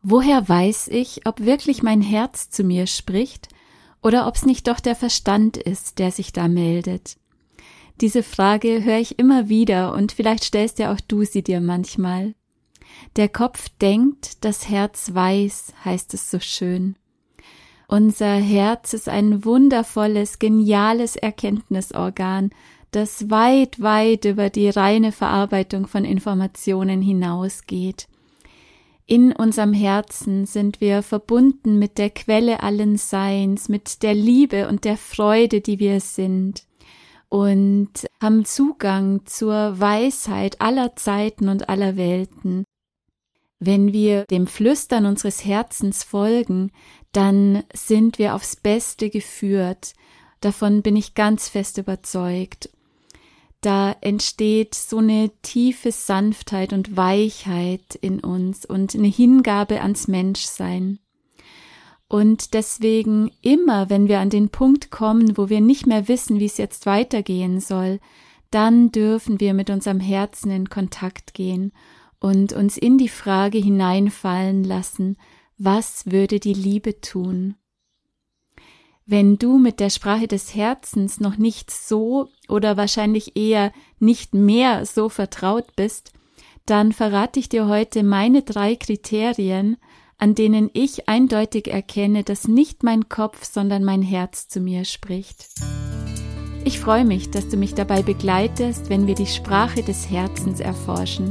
Woher weiß ich, ob wirklich mein Herz zu mir spricht oder ob es nicht doch der Verstand ist, der sich da meldet? Diese Frage höre ich immer wieder und vielleicht stellst ja auch du sie dir manchmal. Der Kopf denkt, das Herz weiß, heißt es so schön. Unser Herz ist ein wundervolles, geniales Erkenntnisorgan, das weit, weit über die reine Verarbeitung von Informationen hinausgeht. In unserem Herzen sind wir verbunden mit der Quelle allen Seins, mit der Liebe und der Freude, die wir sind, und haben Zugang zur Weisheit aller Zeiten und aller Welten. Wenn wir dem Flüstern unseres Herzens folgen, dann sind wir aufs Beste geführt. Davon bin ich ganz fest überzeugt. Da entsteht so eine tiefe Sanftheit und Weichheit in uns und eine Hingabe ans Menschsein. Und deswegen immer, wenn wir an den Punkt kommen, wo wir nicht mehr wissen, wie es jetzt weitergehen soll, dann dürfen wir mit unserem Herzen in Kontakt gehen und uns in die Frage hineinfallen lassen, was würde die Liebe tun? Wenn du mit der Sprache des Herzens noch nicht so oder wahrscheinlich eher nicht mehr so vertraut bist, dann verrate ich dir heute meine 3 Kriterien, an denen ich eindeutig erkenne, dass nicht mein Kopf, sondern mein Herz zu mir spricht. Ich freue mich, dass du mich dabei begleitest, wenn wir die Sprache des Herzens erforschen.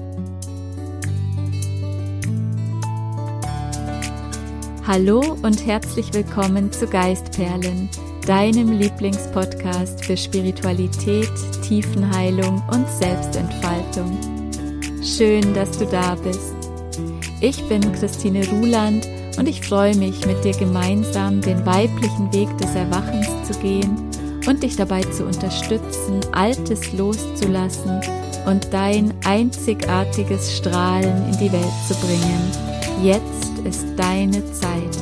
Hallo und herzlich willkommen zu Geistperlen, deinem Lieblingspodcast für Spiritualität, Tiefenheilung und Selbstentfaltung. Schön, dass du da bist. Ich bin Christine Ruland und ich freue mich, mit dir gemeinsam den weiblichen Weg des Erwachens zu gehen und dich dabei zu unterstützen, Altes loszulassen und dein einzigartiges Strahlen in die Welt zu bringen. Jetzt ist deine Zeit.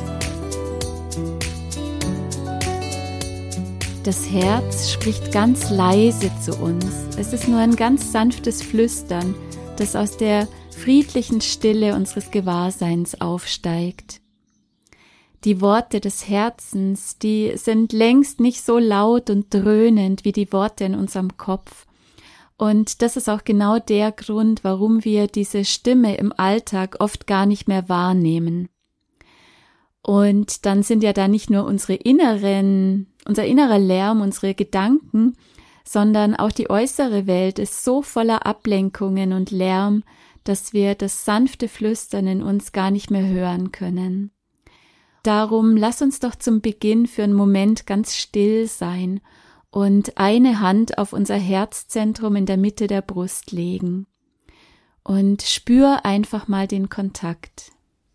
Das Herz spricht ganz leise zu uns. Es ist nur ein ganz sanftes Flüstern, das aus der friedlichen Stille unseres Gewahrseins aufsteigt. Die Worte des Herzens, die sind längst nicht so laut und dröhnend wie die Worte in unserem Kopf. Und das ist auch genau der Grund, warum wir diese Stimme im Alltag oft gar nicht mehr wahrnehmen. Und dann sind ja da nicht nur unser innerer Lärm, unsere Gedanken, sondern auch die äußere Welt ist so voller Ablenkungen und Lärm, dass wir das sanfte Flüstern in uns gar nicht mehr hören können. Darum lass uns doch zum Beginn für einen Moment ganz still sein und eine Hand auf unser Herzzentrum in der Mitte der Brust legen. Und spür einfach mal den Kontakt.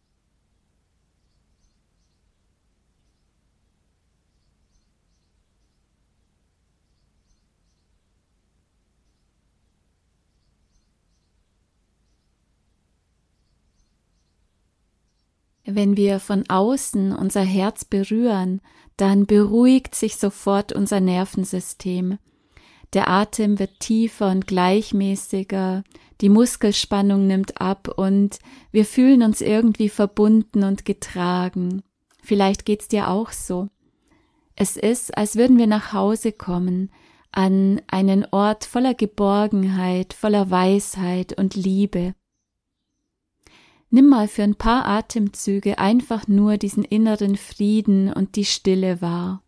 Wenn wir von außen unser Herz berühren, dann beruhigt sich sofort unser Nervensystem. Der Atem wird tiefer und gleichmäßiger, die Muskelspannung nimmt ab und wir fühlen uns irgendwie verbunden und getragen. Vielleicht geht's dir auch so. Es ist, als würden wir nach Hause kommen, an einen Ort voller Geborgenheit, voller Weisheit und Liebe. Nimm mal für ein paar Atemzüge einfach nur diesen inneren Frieden und die Stille wahr.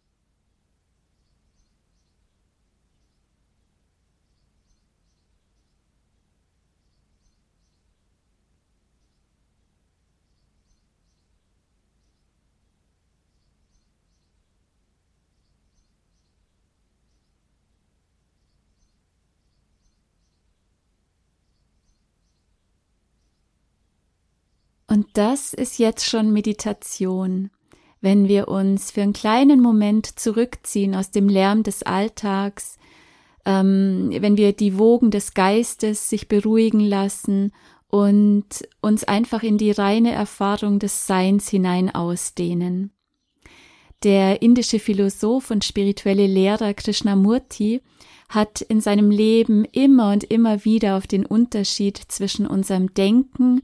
Und das ist jetzt schon Meditation, wenn wir uns für einen kleinen Moment zurückziehen aus dem Lärm des Alltags, wenn wir die Wogen des Geistes sich beruhigen lassen und uns einfach in die reine Erfahrung des Seins hinein ausdehnen. Der indische Philosoph und spirituelle Lehrer Krishnamurti hat in seinem Leben immer und immer wieder auf den Unterschied zwischen unserem Denken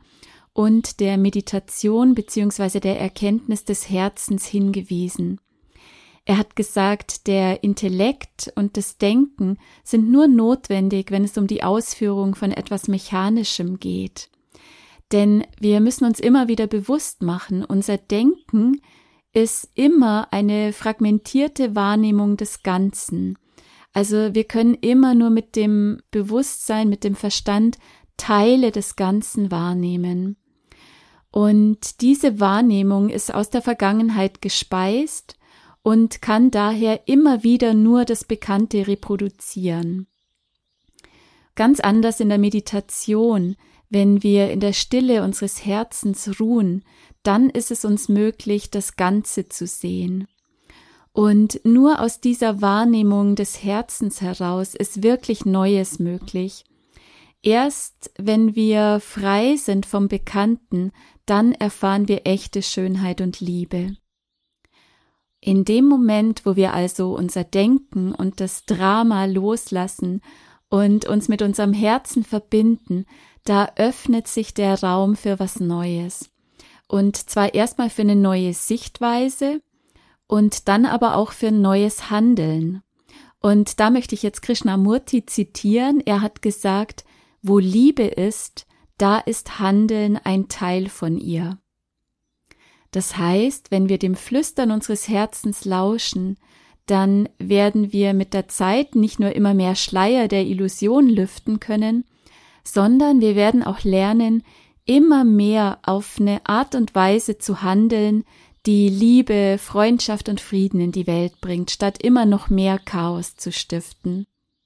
und der Meditation bzw. der Erkenntnis des Herzens hingewiesen. Er hat gesagt, der Intellekt und das Denken sind nur notwendig, wenn es um die Ausführung von etwas Mechanischem geht. Denn wir müssen uns immer wieder bewusst machen, unser Denken ist immer eine fragmentierte Wahrnehmung des Ganzen. Also wir können immer nur mit dem Bewusstsein, mit dem Verstand Teile des Ganzen wahrnehmen. Und diese Wahrnehmung ist aus der Vergangenheit gespeist und kann daher immer wieder nur das Bekannte reproduzieren. Ganz anders in der Meditation, wenn wir in der Stille unseres Herzens ruhen, dann ist es uns möglich, das Ganze zu sehen. Und nur aus dieser Wahrnehmung des Herzens heraus ist wirklich Neues möglich. Erst wenn wir frei sind vom Bekannten, dann erfahren wir echte Schönheit und Liebe. In dem Moment, wo wir also unser Denken und das Drama loslassen und uns mit unserem Herzen verbinden, da öffnet sich der Raum für was Neues. Und zwar erstmal für eine neue Sichtweise und dann aber auch für ein neues Handeln. Und da möchte ich jetzt Krishnamurti zitieren. Er hat gesagt, wo Liebe ist, da ist Handeln ein Teil von ihr. Das heißt, wenn wir dem Flüstern unseres Herzens lauschen, dann werden wir mit der Zeit nicht nur immer mehr Schleier der Illusion lüften können, sondern wir werden auch lernen, immer mehr auf eine Art und Weise zu handeln, die Liebe, Freundschaft und Frieden in die Welt bringt, statt immer noch mehr Chaos zu stiften.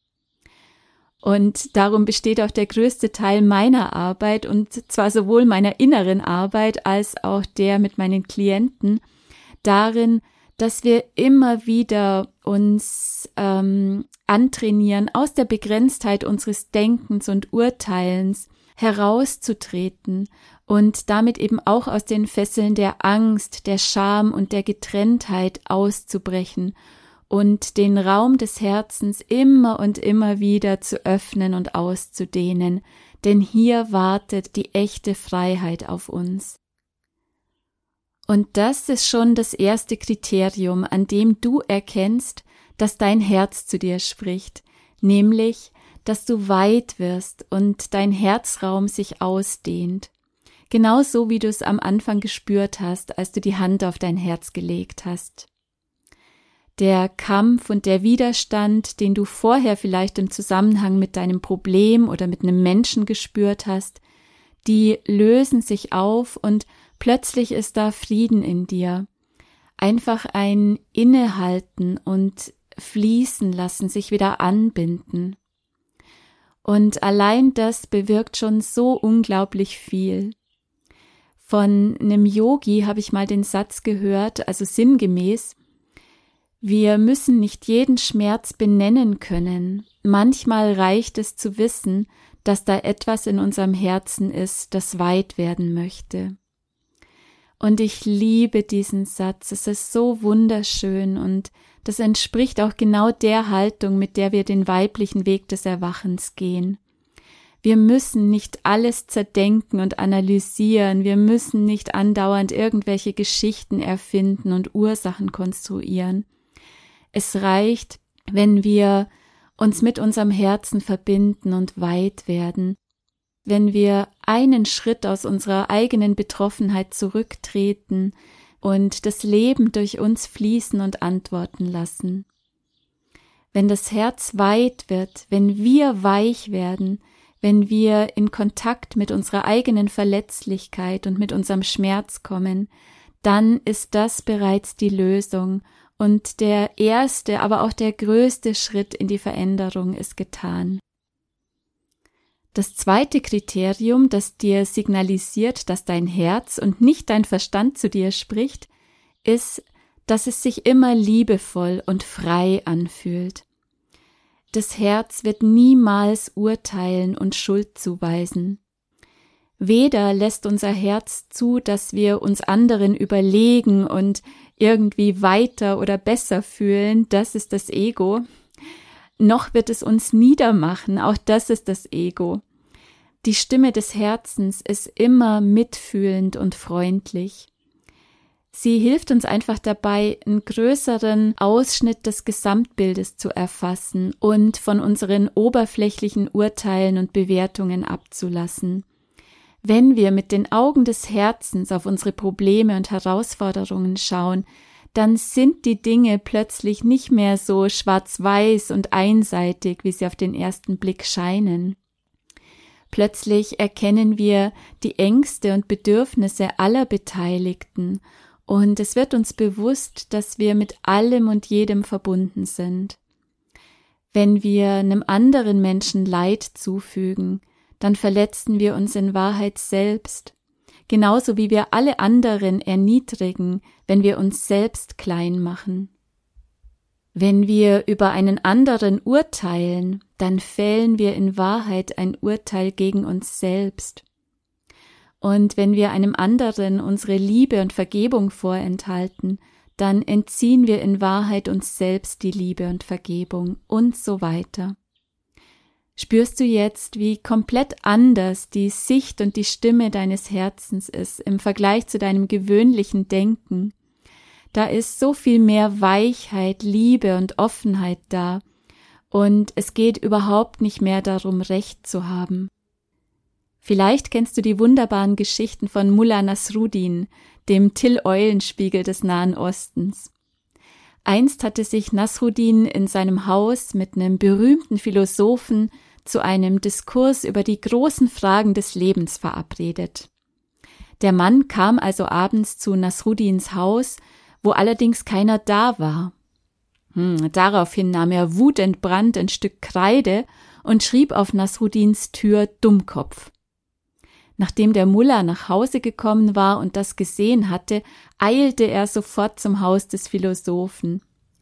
Und darum besteht auch der größte Teil meiner Arbeit, und zwar sowohl meiner inneren Arbeit als auch der mit meinen Klienten, darin, dass wir immer wieder uns antrainieren, aus der Begrenztheit unseres Denkens und Urteilens herauszutreten und damit eben auch aus den Fesseln der Angst, der Scham und der Getrenntheit auszubrechen und den Raum des Herzens immer und immer wieder zu öffnen und auszudehnen, denn hier wartet die echte Freiheit auf uns. Und das ist schon das erste Kriterium, an dem du erkennst, dass dein Herz zu dir spricht, nämlich, dass du weit wirst und dein Herzraum sich ausdehnt. Genauso wie du es am Anfang gespürt hast, als du die Hand auf dein Herz gelegt hast. Der Kampf und der Widerstand, den du vorher vielleicht im Zusammenhang mit deinem Problem oder mit einem Menschen gespürt hast, die lösen sich auf und plötzlich ist da Frieden in dir. Einfach ein Innehalten und fließen lassen, sich wieder anbinden. Und allein das bewirkt schon so unglaublich viel. Von einem Yogi habe ich mal den Satz gehört, also sinngemäß: Wir müssen nicht jeden Schmerz benennen können. Manchmal reicht es zu wissen, dass da etwas in unserem Herzen ist, das weit werden möchte. Und ich liebe diesen Satz. Es ist so wunderschön und das entspricht auch genau der Haltung, mit der wir den weiblichen Weg des Erwachens gehen. Wir müssen nicht alles zerdenken und analysieren. Wir müssen nicht andauernd irgendwelche Geschichten erfinden und Ursachen konstruieren. Es reicht, wenn wir uns mit unserem Herzen verbinden und weit werden, wenn wir einen Schritt aus unserer eigenen Betroffenheit zurücktreten und das Leben durch uns fließen und antworten lassen. Wenn das Herz weit wird, wenn wir weich werden, wenn wir in Kontakt mit unserer eigenen Verletzlichkeit und mit unserem Schmerz kommen, dann ist das bereits die Lösung. Und der erste, aber auch der größte Schritt in die Veränderung ist getan. Das zweite Kriterium, das dir signalisiert, dass dein Herz und nicht dein Verstand zu dir spricht, ist, dass es sich immer liebevoll und frei anfühlt. Das Herz wird niemals urteilen und Schuld zuweisen. Weder lässt unser Herz zu, dass wir uns anderen überlegen und irgendwie weiter oder besser fühlen, das ist das Ego, noch wird es uns niedermachen, auch das ist das Ego. Die Stimme des Herzens ist immer mitfühlend und freundlich. Sie hilft uns einfach dabei, einen größeren Ausschnitt des Gesamtbildes zu erfassen und von unseren oberflächlichen Urteilen und Bewertungen abzulassen. Wenn wir mit den Augen des Herzens auf unsere Probleme und Herausforderungen schauen, dann sind die Dinge plötzlich nicht mehr so schwarz-weiß und einseitig, wie sie auf den ersten Blick scheinen. Plötzlich erkennen wir die Ängste und Bedürfnisse aller Beteiligten und es wird uns bewusst, dass wir mit allem und jedem verbunden sind. Wenn wir einem anderen Menschen Leid zufügen, dann verletzen wir uns in Wahrheit selbst, genauso wie wir alle anderen erniedrigen, wenn wir uns selbst klein machen. Wenn wir über einen anderen urteilen, dann fällen wir in Wahrheit ein Urteil gegen uns selbst. Und wenn wir einem anderen unsere Liebe und Vergebung vorenthalten, dann entziehen wir in Wahrheit uns selbst die Liebe und Vergebung und so weiter. Spürst du jetzt, wie komplett anders die Sicht und die Stimme deines Herzens ist im Vergleich zu deinem gewöhnlichen Denken? Da ist so viel mehr Weichheit, Liebe und Offenheit da und es geht überhaupt nicht mehr darum, Recht zu haben. Vielleicht kennst du die wunderbaren Geschichten von Mullah Nasruddin, dem Till-Eulenspiegel des Nahen Ostens. Einst hatte sich Nasruddin in seinem Haus mit einem berühmten Philosophen zu einem Diskurs über die großen Fragen des Lebens verabredet. Der Mann kam also abends zu Nasruddins Haus, wo allerdings keiner da war. Daraufhin nahm er wutentbrannt ein Stück Kreide und schrieb auf Nasruddins Tür Dummkopf. Nachdem der Mullah nach Hause gekommen war und das gesehen hatte, eilte er sofort zum Haus des Philosophen.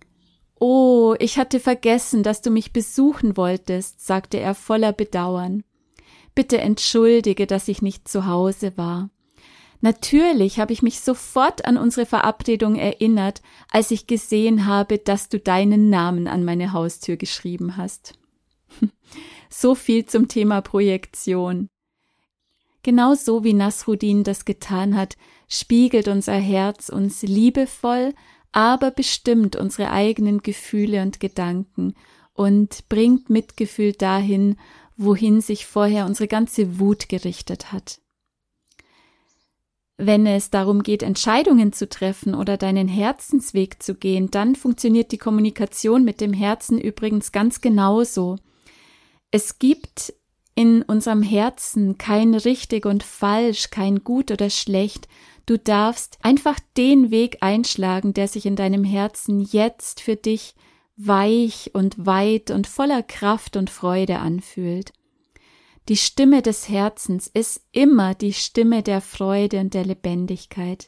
»Oh, ich hatte vergessen, dass du mich besuchen wolltest«, sagte er voller Bedauern. »Bitte entschuldige, dass ich nicht zu Hause war. Natürlich habe ich mich sofort an unsere Verabredung erinnert, als ich gesehen habe, dass du deinen Namen an meine Haustür geschrieben hast.« So viel zum Thema Projektion. Genauso wie Nasruddin das getan hat, spiegelt unser Herz uns liebevoll, aber bestimmt unsere eigenen Gefühle und Gedanken und bringt Mitgefühl dahin, wohin sich vorher unsere ganze Wut gerichtet hat. Wenn es darum geht, Entscheidungen zu treffen oder deinen Herzensweg zu gehen, dann funktioniert die Kommunikation mit dem Herzen übrigens ganz genauso. Es gibt in unserem Herzen kein richtig und falsch, kein gut oder schlecht. Du darfst einfach den Weg einschlagen, der sich in deinem Herzen jetzt für dich weich und weit und voller Kraft und Freude anfühlt. Die Stimme des Herzens ist immer die Stimme der Freude und der Lebendigkeit.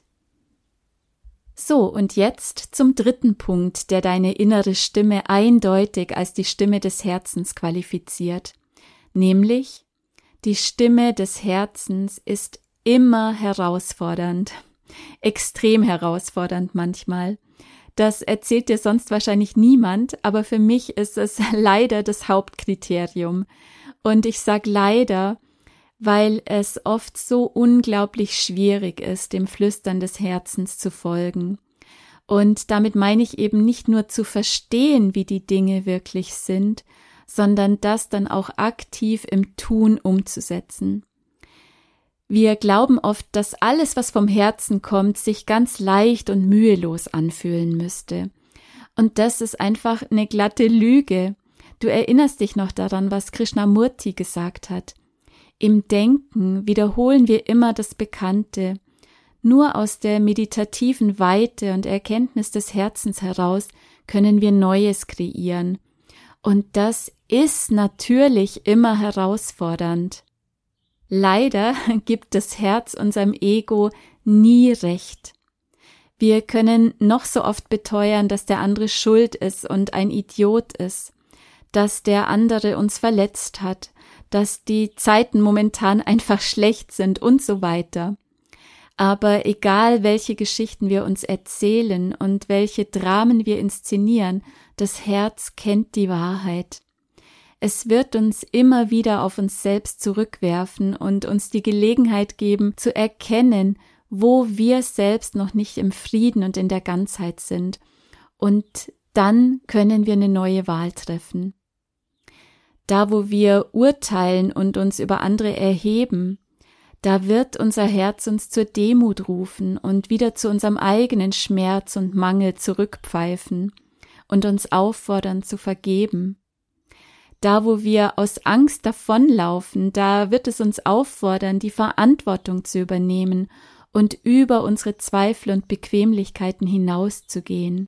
So, und jetzt zum dritten Punkt, der deine innere Stimme eindeutig als die Stimme des Herzens qualifiziert. Nämlich, die Stimme des Herzens ist immer herausfordernd, extrem herausfordernd manchmal. Das erzählt dir sonst wahrscheinlich niemand, aber für mich ist es leider das Hauptkriterium. Und ich sage leider, weil es oft so unglaublich schwierig ist, dem Flüstern des Herzens zu folgen. Und damit meine ich eben nicht nur zu verstehen, wie die Dinge wirklich sind, sondern das dann auch aktiv im Tun umzusetzen. Wir glauben oft, dass alles, was vom Herzen kommt, sich ganz leicht und mühelos anfühlen müsste. Und das ist einfach eine glatte Lüge. Du erinnerst dich noch daran, was Krishnamurti gesagt hat. Im Denken wiederholen wir immer das Bekannte. Nur aus der meditativen Weite und Erkenntnis des Herzens heraus können wir Neues kreieren. Und das ist natürlich immer herausfordernd. Leider gibt das Herz unserem Ego nie recht. Wir können noch so oft beteuern, dass der andere schuld ist und ein Idiot ist, dass der andere uns verletzt hat, dass die Zeiten momentan einfach schlecht sind und so weiter. Aber egal, welche Geschichten wir uns erzählen und welche Dramen wir inszenieren, das Herz kennt die Wahrheit. Es wird uns immer wieder auf uns selbst zurückwerfen und uns die Gelegenheit geben, zu erkennen, wo wir selbst noch nicht im Frieden und in der Ganzheit sind. Und dann können wir eine neue Wahl treffen. Da, wo wir urteilen und uns über andere erheben, da wird unser Herz uns zur Demut rufen und wieder zu unserem eigenen Schmerz und Mangel zurückpfeifen und uns auffordern zu vergeben. Da, wo wir aus Angst davonlaufen, da wird es uns auffordern, die Verantwortung zu übernehmen und über unsere Zweifel und Bequemlichkeiten hinauszugehen.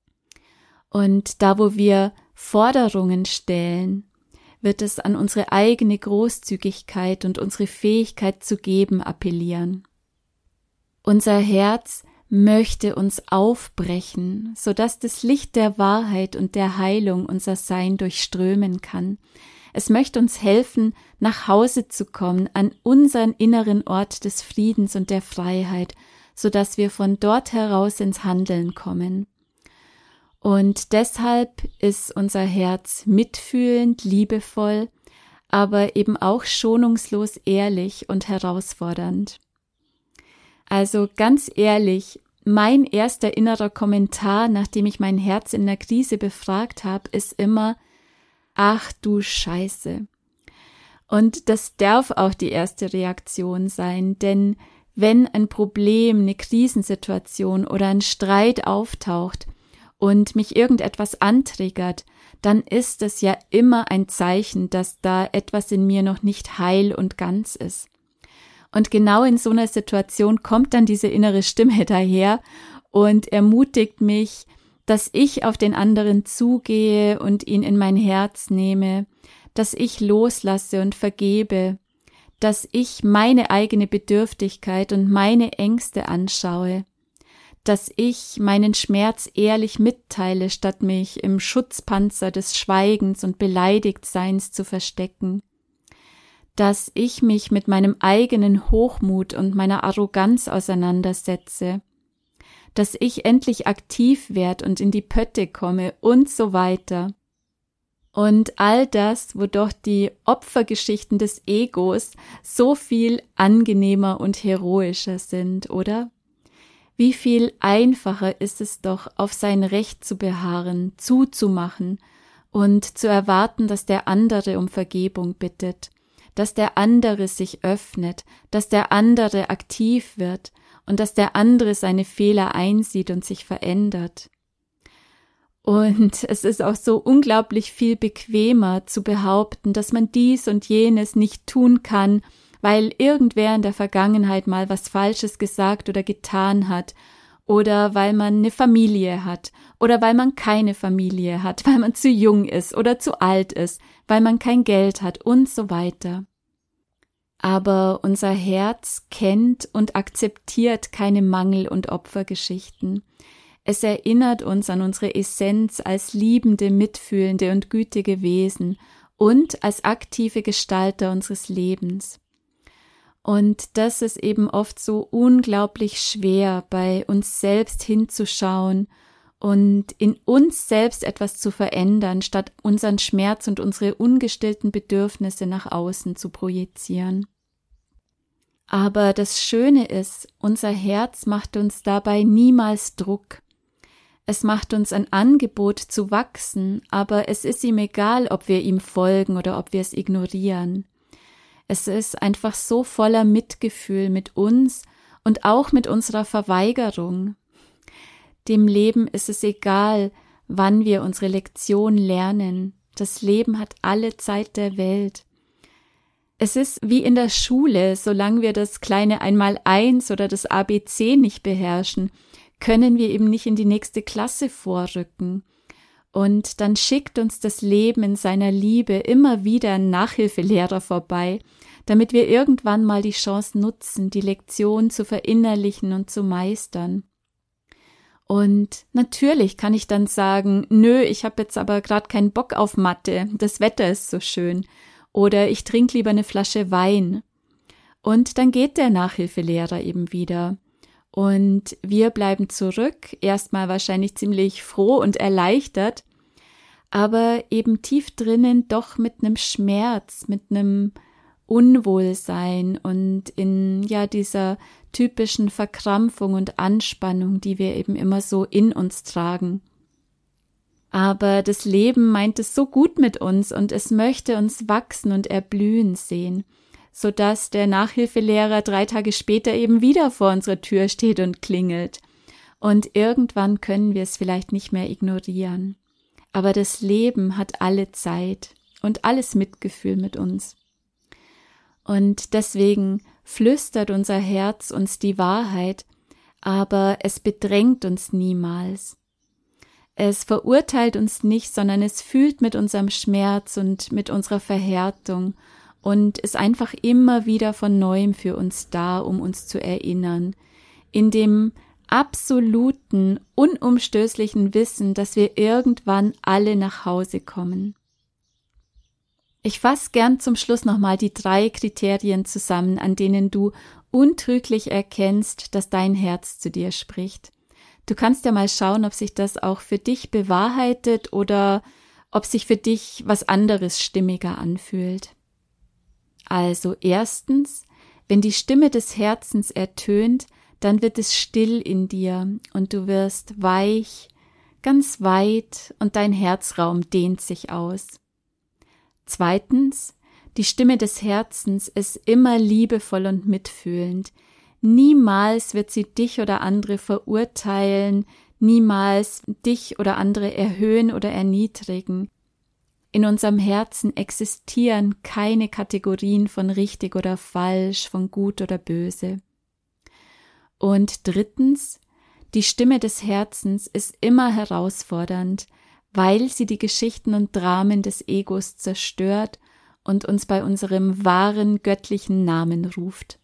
Und da, wo wir Forderungen stellen, wird es an unsere eigene Großzügigkeit und unsere Fähigkeit zu geben appellieren. Unser Herz möchte uns aufbrechen, sodass das Licht der Wahrheit und der Heilung unser Sein durchströmen kann. Es möchte uns helfen, nach Hause zu kommen, an unseren inneren Ort des Friedens und der Freiheit, sodass wir von dort heraus ins Handeln kommen. Und deshalb ist unser Herz mitfühlend, liebevoll, aber eben auch schonungslos ehrlich und herausfordernd. Also ganz ehrlich, mein erster innerer Kommentar, nachdem ich mein Herz in der Krise befragt habe, ist immer: Ach du Scheiße. Und das darf auch die erste Reaktion sein, denn wenn ein Problem, eine Krisensituation oder ein Streit auftaucht und mich irgendetwas antriggert, dann ist es ja immer ein Zeichen, dass da etwas in mir noch nicht heil und ganz ist. Und genau in so einer Situation kommt dann diese innere Stimme daher und ermutigt mich, dass ich auf den anderen zugehe und ihn in mein Herz nehme, dass ich loslasse und vergebe, dass ich meine eigene Bedürftigkeit und meine Ängste anschaue, dass ich meinen Schmerz ehrlich mitteile, statt mich im Schutzpanzer des Schweigens und Beleidigtseins zu verstecken, dass ich mich mit meinem eigenen Hochmut und meiner Arroganz auseinandersetze, dass ich endlich aktiv werde und in die Pötte komme und so weiter. Und all das, wo doch die Opfergeschichten des Egos so viel angenehmer und heroischer sind, oder? Wie viel einfacher ist es doch, auf sein Recht zu beharren, zuzumachen und zu erwarten, dass der andere um Vergebung bittet, dass der andere sich öffnet, dass der andere aktiv wird und dass der andere seine Fehler einsieht und sich verändert. Und es ist auch so unglaublich viel bequemer zu behaupten, dass man dies und jenes nicht tun kann, weil irgendwer in der Vergangenheit mal was Falsches gesagt oder getan hat, oder weil man eine Familie hat, oder weil man keine Familie hat, weil man zu jung ist oder zu alt ist, weil man kein Geld hat und so weiter. Aber unser Herz kennt und akzeptiert keine Mangel- und Opfergeschichten. Es erinnert uns an unsere Essenz als liebende, mitfühlende und gütige Wesen und als aktive Gestalter unseres Lebens. Und das ist eben oft so unglaublich schwer, bei uns selbst hinzuschauen und in uns selbst etwas zu verändern, statt unseren Schmerz und unsere ungestillten Bedürfnisse nach außen zu projizieren. Aber das Schöne ist, unser Herz macht uns dabei niemals Druck. Es macht uns ein Angebot zu wachsen, aber es ist ihm egal, ob wir ihm folgen oder ob wir es ignorieren. Es ist einfach so voller Mitgefühl mit uns und auch mit unserer Verweigerung. Dem Leben ist es egal, wann wir unsere Lektion lernen. Das Leben hat alle Zeit der Welt. Es ist wie in der Schule, solange wir das kleine Einmaleins oder das ABC nicht beherrschen, können wir eben nicht in die nächste Klasse vorrücken. Und dann schickt uns das Leben in seiner Liebe immer wieder ein Nachhilfelehrer vorbei, damit wir irgendwann mal die Chance nutzen, die Lektion zu verinnerlichen und zu meistern. Und natürlich kann ich dann sagen, nö, ich habe jetzt aber gerade keinen Bock auf Mathe, das Wetter ist so schön. Oder ich trinke lieber eine Flasche Wein. Und dann geht der Nachhilfelehrer eben wieder. Und wir bleiben zurück, erstmal wahrscheinlich ziemlich froh und erleichtert, aber eben tief drinnen doch mit einem Schmerz, mit einem Unwohlsein und in dieser typischen Verkrampfung und Anspannung, die wir eben immer so in uns tragen. Aber das Leben meint es so gut mit uns und es möchte uns wachsen und erblühen sehen, sodass der Nachhilfelehrer 3 Tage später eben wieder vor unserer Tür steht und klingelt. Und irgendwann können wir es vielleicht nicht mehr ignorieren. Aber das Leben hat alle Zeit und alles Mitgefühl mit uns. Und deswegen flüstert unser Herz uns die Wahrheit, aber es bedrängt uns niemals. Es verurteilt uns nicht, sondern es fühlt mit unserem Schmerz und mit unserer Verhärtung und ist einfach immer wieder von Neuem für uns da, um uns zu erinnern, in dem absoluten, unumstößlichen Wissen, dass wir irgendwann alle nach Hause kommen. Ich fasse gern zum Schluss nochmal die 3 Kriterien zusammen, an denen du untrüglich erkennst, dass dein Herz zu dir spricht. Du kannst ja mal schauen, ob sich das auch für dich bewahrheitet oder ob sich für dich was anderes stimmiger anfühlt. Also erstens, wenn die Stimme des Herzens ertönt, dann wird es still in dir und du wirst weich, ganz weit und dein Herzraum dehnt sich aus. Zweitens, die Stimme des Herzens ist immer liebevoll und mitfühlend. Niemals wird sie dich oder andere verurteilen, niemals dich oder andere erhöhen oder erniedrigen. In unserem Herzen existieren keine Kategorien von richtig oder falsch, von gut oder böse. Und drittens, die Stimme des Herzens ist immer herausfordernd, weil sie die Geschichten und Dramen des Egos zerstört und uns bei unserem wahren göttlichen Namen ruft.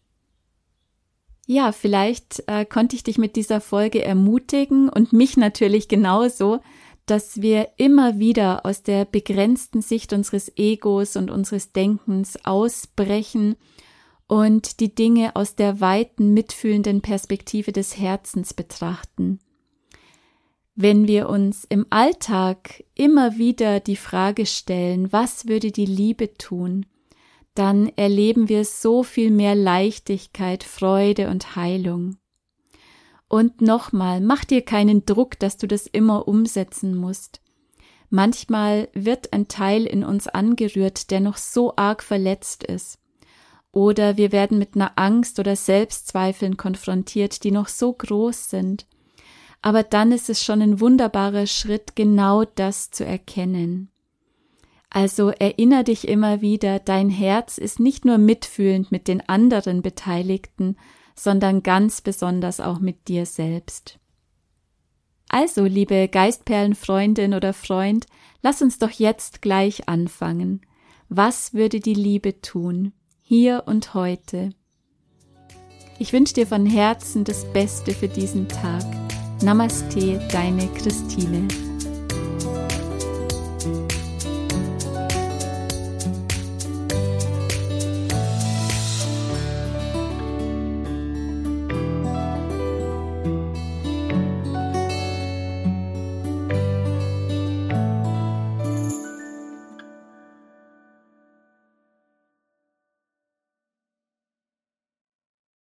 Ja, vielleicht konnte ich dich mit dieser Folge ermutigen und mich natürlich genauso, dass wir immer wieder aus der begrenzten Sicht unseres Egos und unseres Denkens ausbrechen und die Dinge aus der weiten, mitfühlenden Perspektive des Herzens betrachten. Wenn wir uns im Alltag immer wieder die Frage stellen, was würde die Liebe tun, dann erleben wir so viel mehr Leichtigkeit, Freude und Heilung. Und nochmal, mach dir keinen Druck, dass du das immer umsetzen musst. Manchmal wird ein Teil in uns angerührt, der noch so arg verletzt ist. Oder wir werden mit einer Angst oder Selbstzweifeln konfrontiert, die noch so groß sind. Aber dann ist es schon ein wunderbarer Schritt, genau das zu erkennen. Also erinnere dich immer wieder, dein Herz ist nicht nur mitfühlend mit den anderen Beteiligten, sondern ganz besonders auch mit dir selbst. Also, liebe Geistperlenfreundin oder Freund, lass uns doch jetzt gleich anfangen. Was würde die Liebe tun, hier und heute? Ich wünsche dir von Herzen das Beste für diesen Tag. Namaste, deine Christine.